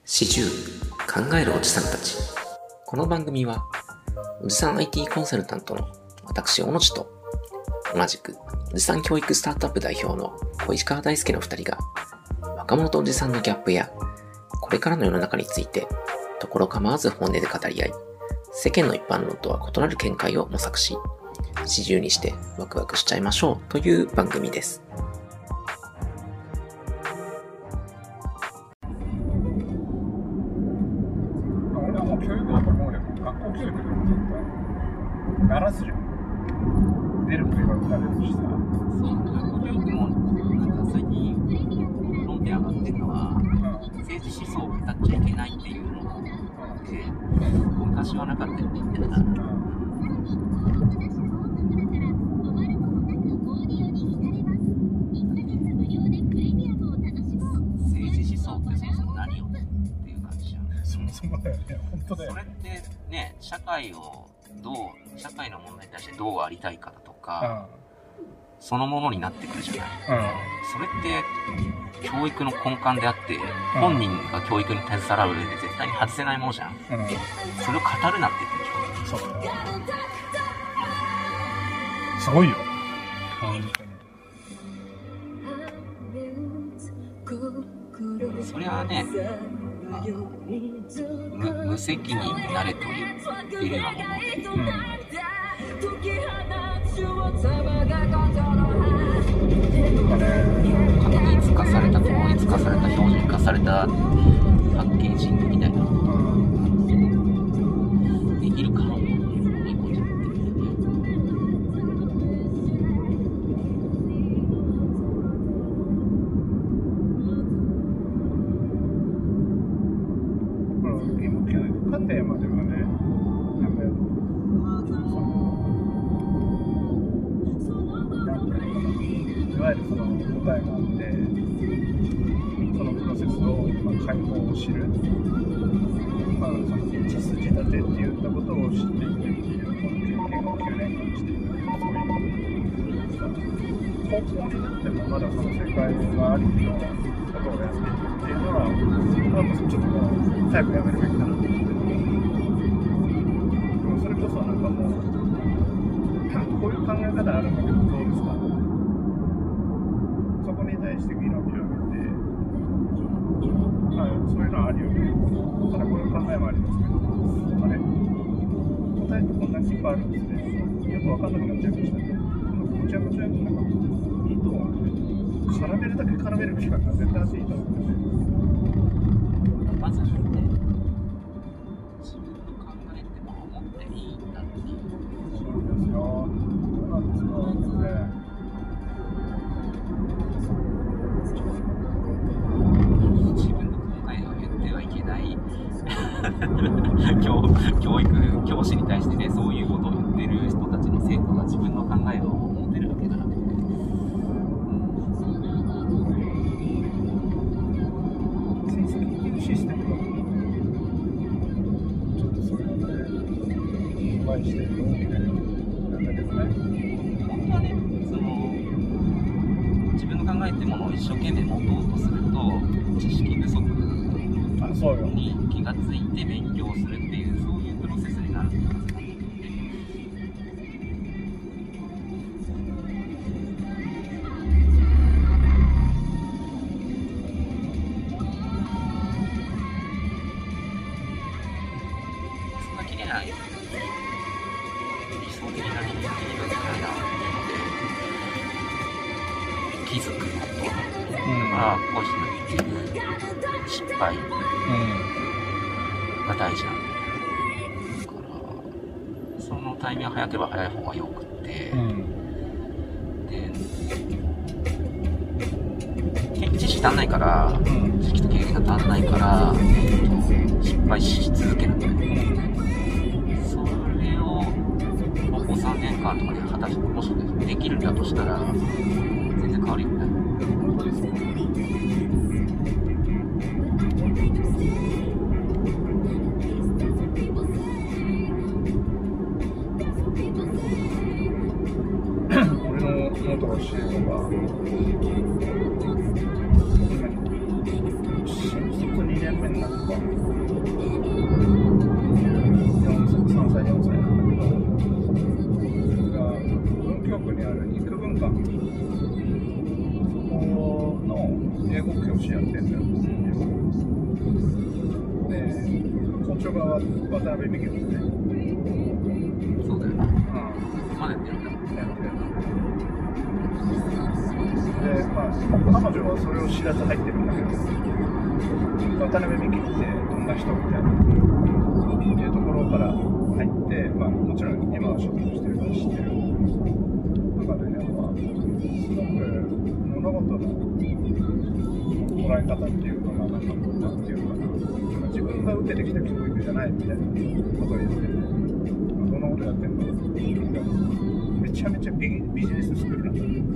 40考えるおじさんたち。この番組はおじさん IT コンサルタントの私小野地と同じくおじさん教育スタートアップ代表の小石川大輔の2人が若者とおじさんのギャップやこれからの世の中について所構わず本音で語り合い、世間の一般論とは異なる見解を模索し、40にしてワクワクしちゃいましょうという番組です。 教育だと思うよ。学校教育でも絶対鳴らすじゃん。出る杭は打たれるしさ。 そう、学校教育もなんか最近論点上がってるのは、政治思想を語っちゃいけないっていうので、昔はなかったよねみたいな。政治思想ってそもそも何よっていう感じじゃん。 そもそもだよね、本当だよね。 それってね、社会の問題に対してどうありたいかだとか、そのものになってくるじゃない。それって教育の根幹であって、本人が教育に携わる上で絶対に外せないものじゃん。それを語るなって言ってるでしょ。 そうだよ。すごいよ。本当に。 それはね、無責任になれと言っているようなもので、確率化された、統一化された、標準化されたパッケージングみたいなできるかのようにこうやってるんで教育課程まではね、なんかいわゆるその答えがあって、そのプロセスを解放を知る、その地筋立てっていったことを知っていくっていうこの経験を9年間していく、そういう高校になってもまだその世界がありきのことをやっていくっていうのは、ちょっともう早くやめるべきだなと思ってる。でもそれこそなんかもうこういう考え方あるんだけどどうですか、そこに対して議論を広げて、そういうのはあるよね。ただこういう考えもありますけど、あれ答えってこんなにいっぱいあるんですね。よくわかんなくなっちゃいましたね。むちゃくちゃなんかいいと思う。絡めるだけ絡めるべきだから絶対いいと思ってて。 まずね、自分の考えっても思っていいんだっていう。 そうですよ。そうなんですよ。 自分の考えを言ってはいけない教育教師に対してね、そういうことを言ってる人たちの生徒が自分の考えを持ってるわけだからね。 成績っていうシステムがちょっとそれをね、誤解してるよみたいなんだけどね。 本当はね、自分の考えってものを一生懸命持とうとすると、知識不足に気がついて勉強するっていう、そういうプロセスになるんだな。そんな綺麗な理想的な人間的な世界なので気づくことが個人の生きる失敗が大事なんだから、そのタイミングが早ければ早い方がよくって、で知識足んないから、知識と経験が足んないから、失敗し続けるんだよね。それを高校3年間とかで果たしてもしできるんだとしたら全然変わるよね。 俺の元の教え子が新卒2年目になって 3歳、4歳なんだけど、が文京区にある育文館、そこの英語教師やってんだよ。で、校長が渡辺美樹だね。 そうだよね。まだやってるんだ。 で、まあ、彼女はそれを知らず入ってるんだけど、渡辺美樹ってどんな人みたいないうところから入って、まあ、もちろん今はショッピングしてるから知ってる中でね、まあ、すごく物事の捉え方っていうか、まあ、なんていうかな、自分が受けてきた教育じゃないみたいなことを言ってて、どんなことやってんのって言ったら、めちゃめちゃビジネススクールなんだよ。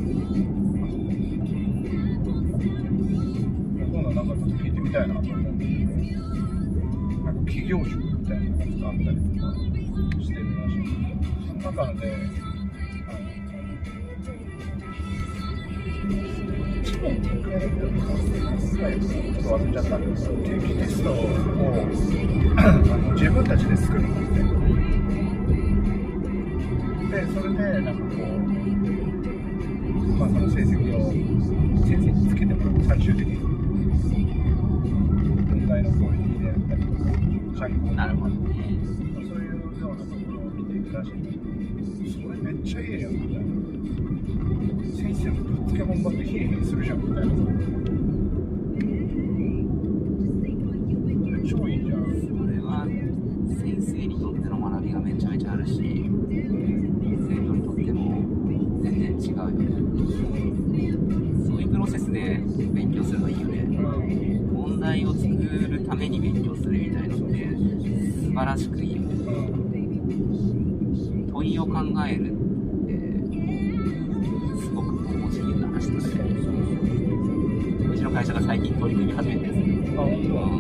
今度なんかちょっと聞いてみたいなと思うんだけど、なんか企業塾みたいなのがあったりとかしてるらしい。その中で、1年2回だったのか、ちょっと忘れちゃったんですけど、定期テストを自分たちで作るんだって。で、それでなんかこう、まあ、その成績を先生につけてもらう、最終的に問題のクオリティであったりとか、回答なるほどね。 そういうようなところを見ていくらしいんですけど、それめっちゃいいやんみたいな。先生もぶっつけ本番でヒリヒリするじゃんみたいな。超いいじゃん。 それは先生にとっての学びがめちゃめちゃあるし、生徒にとっても全然違うよね。そういうプロセスで勉強するのいいよね。問題を作るために勉強するみたいなのって素晴らしくいいよね。問いを考えるってすごく面白い話だね。うちの会社が最近取り組み始めてるんですよ。 あ、本当は。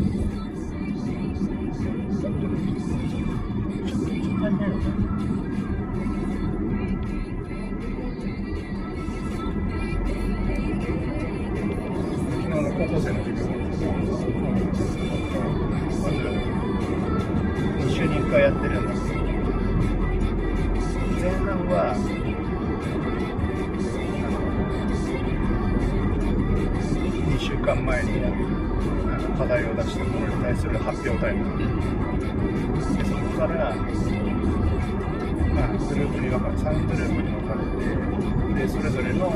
大変よね。昨日の高校生の授業まず2週に1回やってるんだけど、前半は2週間前に課題を出したものに対する発表タイムで、そこから、まあ、グループに分かれて3グループに分かれて、でそれぞれの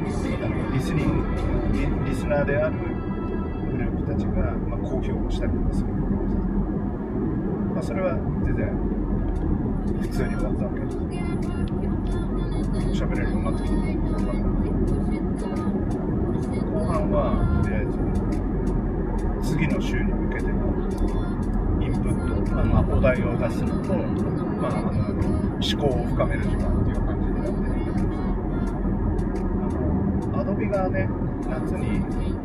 リスナーであるグループたちが、まあ、公表をしたりとかする。まあ、それは全然普通に終わったわけです。喋れるようになってきてるから。後半はとりあえず次の週に向けてのインプット、まあ、お題を出すのと、まあ、思考を深める時間っていう感じになってるんだけど、アドビがね、夏に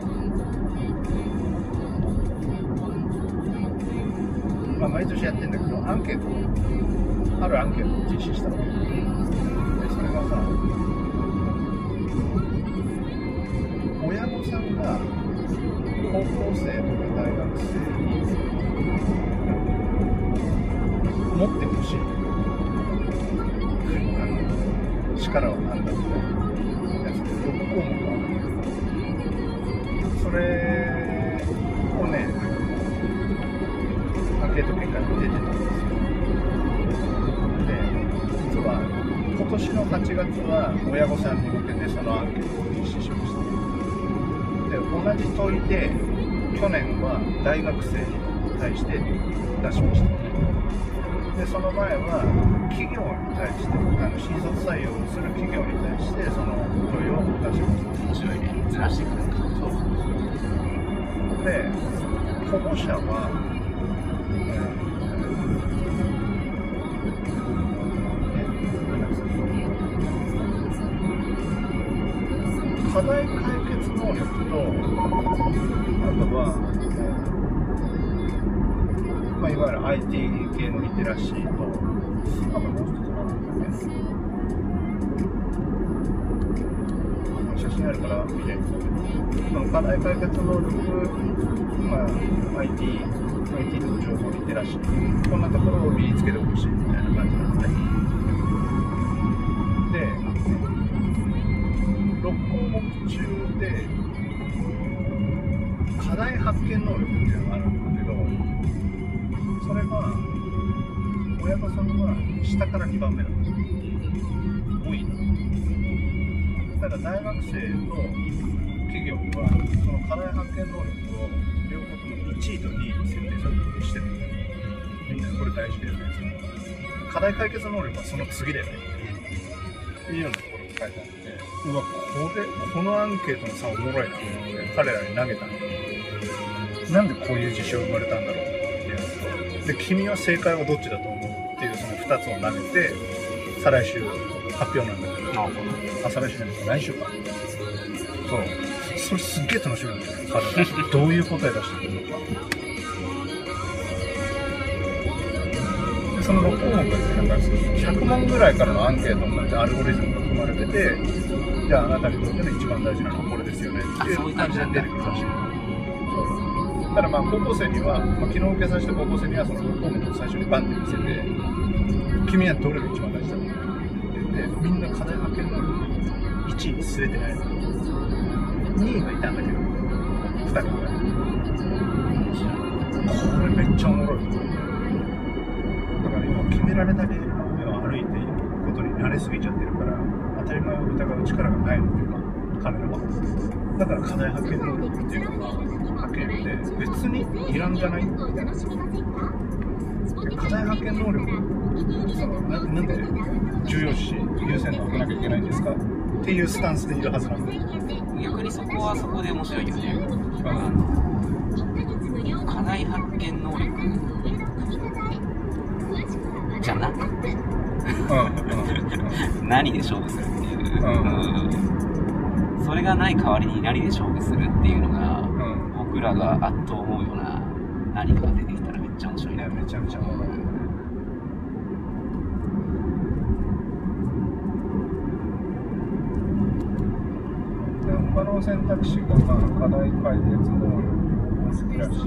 まあ、毎年やってるんだけど、アンケート、あるアンケートを実施したわけで、それがさ、親御さんが高校生とか大学生に持ってほしい力は何だみたいなやつで6項目あるんだけど、それをね、アンケート結果に出てたんですよ。で、実は今年の8月は親御さんに向けてそのアンケートを実施しました。で、同じ問いで去年は大学生に対して出しました。で、その前は企業に対して、新卒採用をする企業に対してその問いを出しました。 面白いね。ずらしていくね。 そう。で、保護者は課題解決能力と、あとは、まあ、いわゆる IT 系のリテラシーと、あともう一つなんだっけ、写真にあるから見れるんですけど、その課題解決能力、IT とか情報リテラシー、こんなところを身につけてほしいみたいな感じなんで、で、6項目中で課題発見能力っていうのがあるんだけど、それが親御さんは下から2番目なんですよ。多いな。ただ大学生と企業はその課題発見能力を両方とも1位と2位に設定してるんで、みんなこれ大事だよね。課題解決能力はその次だよねっていうようなところが書いてあって、このアンケートの差おもろいなと思って彼らに投げたの。なんでこういう事象生まれたんだろうっていうのと、で君は正解はどっちだと思うっていうその2つを投げて、再来週発表なんだけど、再来週じゃないか、来週か。そう、それすっげえ楽しみなんだよね。彼らどういう答え出してくるのか。でその6項目ってなんか100問ぐらいからのアンケートになってアルゴリズムが組まれてて、じゃああなたにとっての一番大事なのはこれですよねっていう感じで出てくるらしい。ただ高校生には、昨日受けさせた高校生にはその6項目を最初にバンって見せて、君はどれが一番大事だと思うって言って、みんな課題発見能力1位に据えてない。2位はいたんだけど、2人ぐらい。これめっちゃおもろい。だから今決められたレールの上を歩いていくことに慣れすぎちゃってるから、当たり前を疑う力がないので、彼らは。だから課題発見能力っていうのがはっきり言って別にいらんじゃないみたいな。課題発見能力なんで重要視優先度を上げなきゃいけないんですかっていうスタンスでいるはずなんで、 逆にそこはそこで面白いよね。課題発見能力じゃなくて何で勝負するっていう、それがない代わりに何で勝負するっていうのが、僕らがあっと思うような何かが出てきたらめっちゃ面白いね。 めちゃめちゃおもろいよね。で他の選択肢が課題解決能力も好きだし、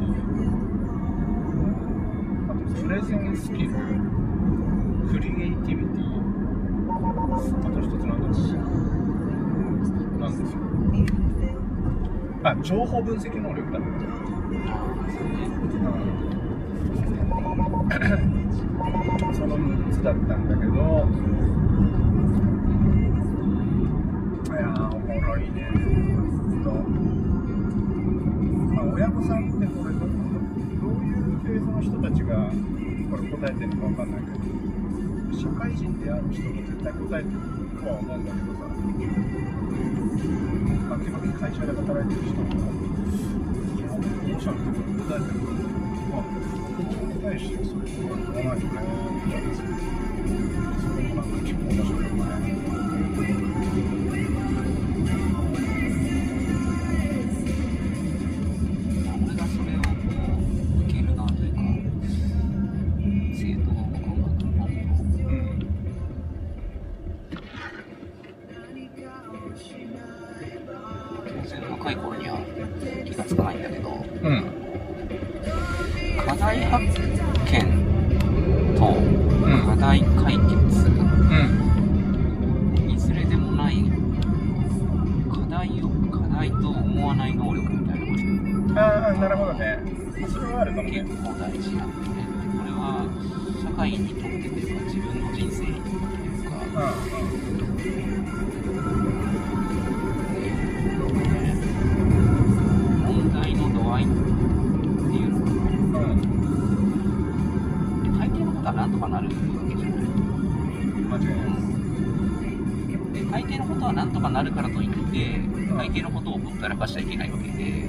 あとプレゼンスキル、クリエイティビティ、あと一つなんですよ。情報分析能力だった。その6つだったんだけど、いやーおもろいね。親御さんってこれどういうフェーズの人たちがこれ答えてるのかわかんないけど、社会人である人が絶対答えてるとは思うんだけどさ、時々会社で働いてる人も保護者のところに答えてると、答えしてそれとは言わないよねみたいな、それもなんか結構面白いよね。 俺がそれを受けるなというか、生徒の僕を学ぶ若い頃には気がつかないんだけど、課題発見と課題解決、いずれでもない課題を課題と思わない能力みたいなのがなるほどね。それはあるかもね。 結構大事なんですね。これは社会にとってというか自分の人生にとってというか、問題の度合いっていうのかな、大抵のことはなんとかなるわけじゃない。 間違いないで、大抵のことはなんとかなるからといって、大抵のことをほったらかしちゃいけないわけで、で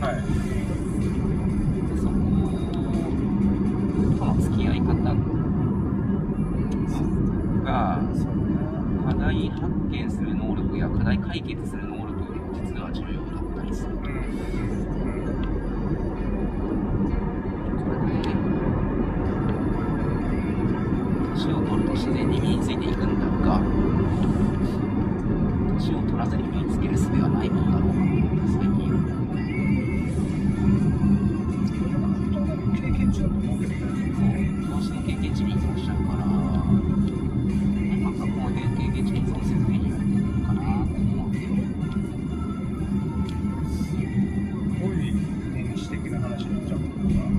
そことの付き合い方が課題発見する能力や課題解決する能力よりも実は重要だったりする。年を取ると自然に身についていくんだが、年を取らずに身につける術はないものだろう験値だと思うけどね。 投資の経験値に依存しちゃうから、またこの経験値に依存せずにやってるのかなって思うけど、 すごい電子的な話になっちゃうけどさ、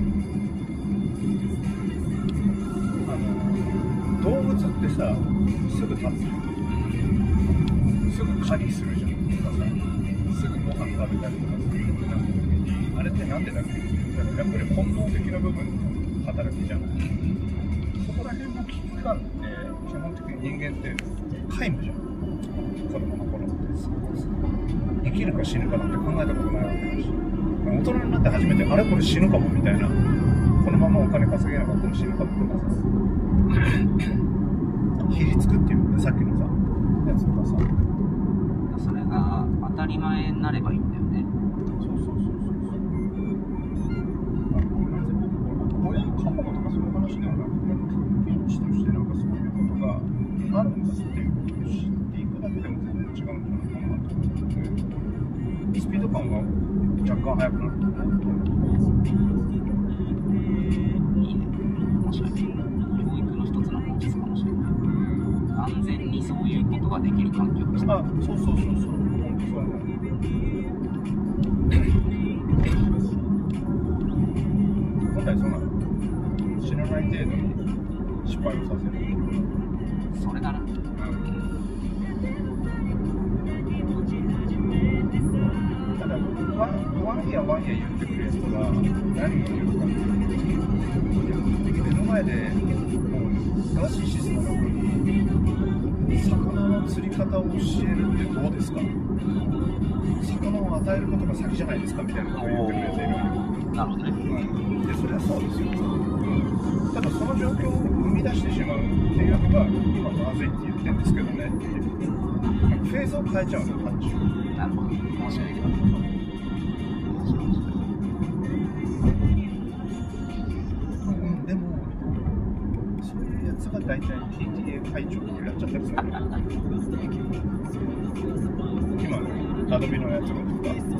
動物ってさ、すぐ立つよ。すぐ狩りするじゃんとかさ、すぐご飯食べたりとかするってなった時に、あれってなんでだっけ？だからやっぱり本能的な部分の働きじゃない。そこら辺の危機感って基本的に人間って皆無じゃん。子供の頃って生きるか死ぬかなんて考えたことないわけだし、大人になって初めてあれこれ死ぬかもみたいな、このままお金稼げなかったら死ぬかもとかさ、ひりつくっていうか、さっきのさやつとかさ、 それが当たり前になればいいんだよね。 親の過保護とかそういう話ではなくて、経験値としてなんかそういうことがあるんだっていうことを知っていくだけでも全然違うんじゃないかなと思って、スピード感が若干速くなるといいね。面白い。教育の一つの本質かもしれない。安全にそういうことができる環境を作る。 あ、そう本当そうだね。本来そうなの。知らない程度に失敗をさせる。 それだな。 ただワンや言ってくるやつが何を言うかっていう目の前でもうナシシストの子に魚の釣り方を教えるってどうですか、魚を与えることが先じゃないですかみたいなことを言ってくるやついるわけ。 なるほどね。 でそれはそうですよ。ただその状況を生み出してしまうっていうのが今まずいって言ってるんですけどねっていうフェーズを変えちゃうの単純に。 なるほど。面白い。 でもそういうやつが大体 PTA 会長をやっちゃったりするわけ。今のアドビのやつがとか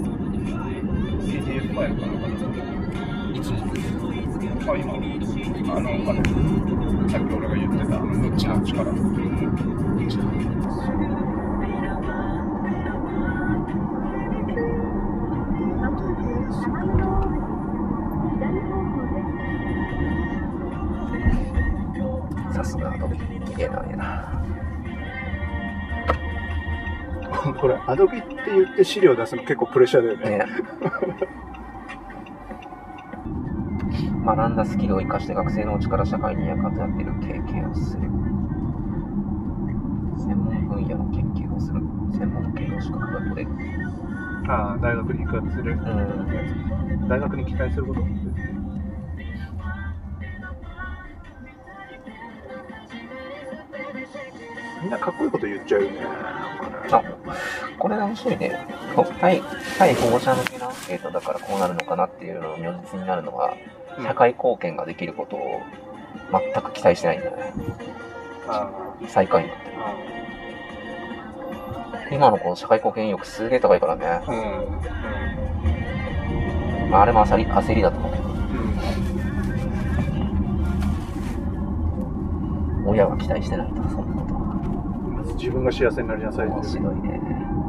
PDF ファイルかなんかだといつも今あれさっき俺が言ってたどっちの力さすがアドビ。 これアドビって言って資料出すの結構プレッシャーだよね。 学んだスキルを生かして学生のうちから社会に役立っている経験をする。専門分野の研究をする。専門系の資格が取れる。 ああ、大学に行かせる。大学に期待すること。みんなかっこいいこと言っちゃうよね。 あ、これ面白いね。対保護者向けのアンケートだからこうなるのかなっていうのの如実になるのは、社会貢献ができることを全く期待してないんだね。最下位になってる。今のこの社会貢献意欲すげえ高いからね。まあ、あれも焦りだと思うけど。親は期待してないと、そんなことは。 まず自分が幸せになりなさい。 面白いね。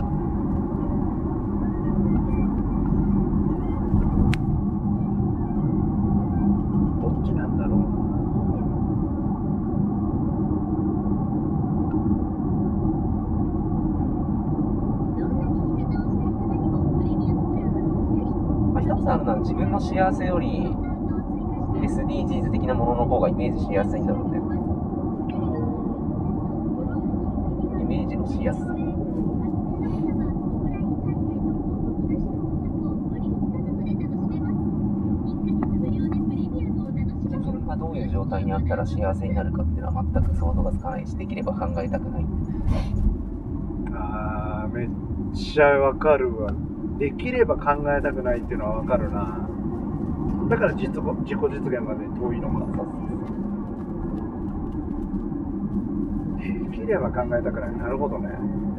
どっちなんだろう。 まあ、一つあるのは自分の幸せより SDGs 的なものの方がイメージしやすいんだろうね。イメージのしやすさ。自分がどういう状態にあったら幸せになるかっていうのは全く想像がつかないし、できれば考えたくない。 めっちゃわかるわ。できれば考えたくないっていうのはわかるな。だから自己実現まで遠いのか。できれば考えたくない。なるほどね。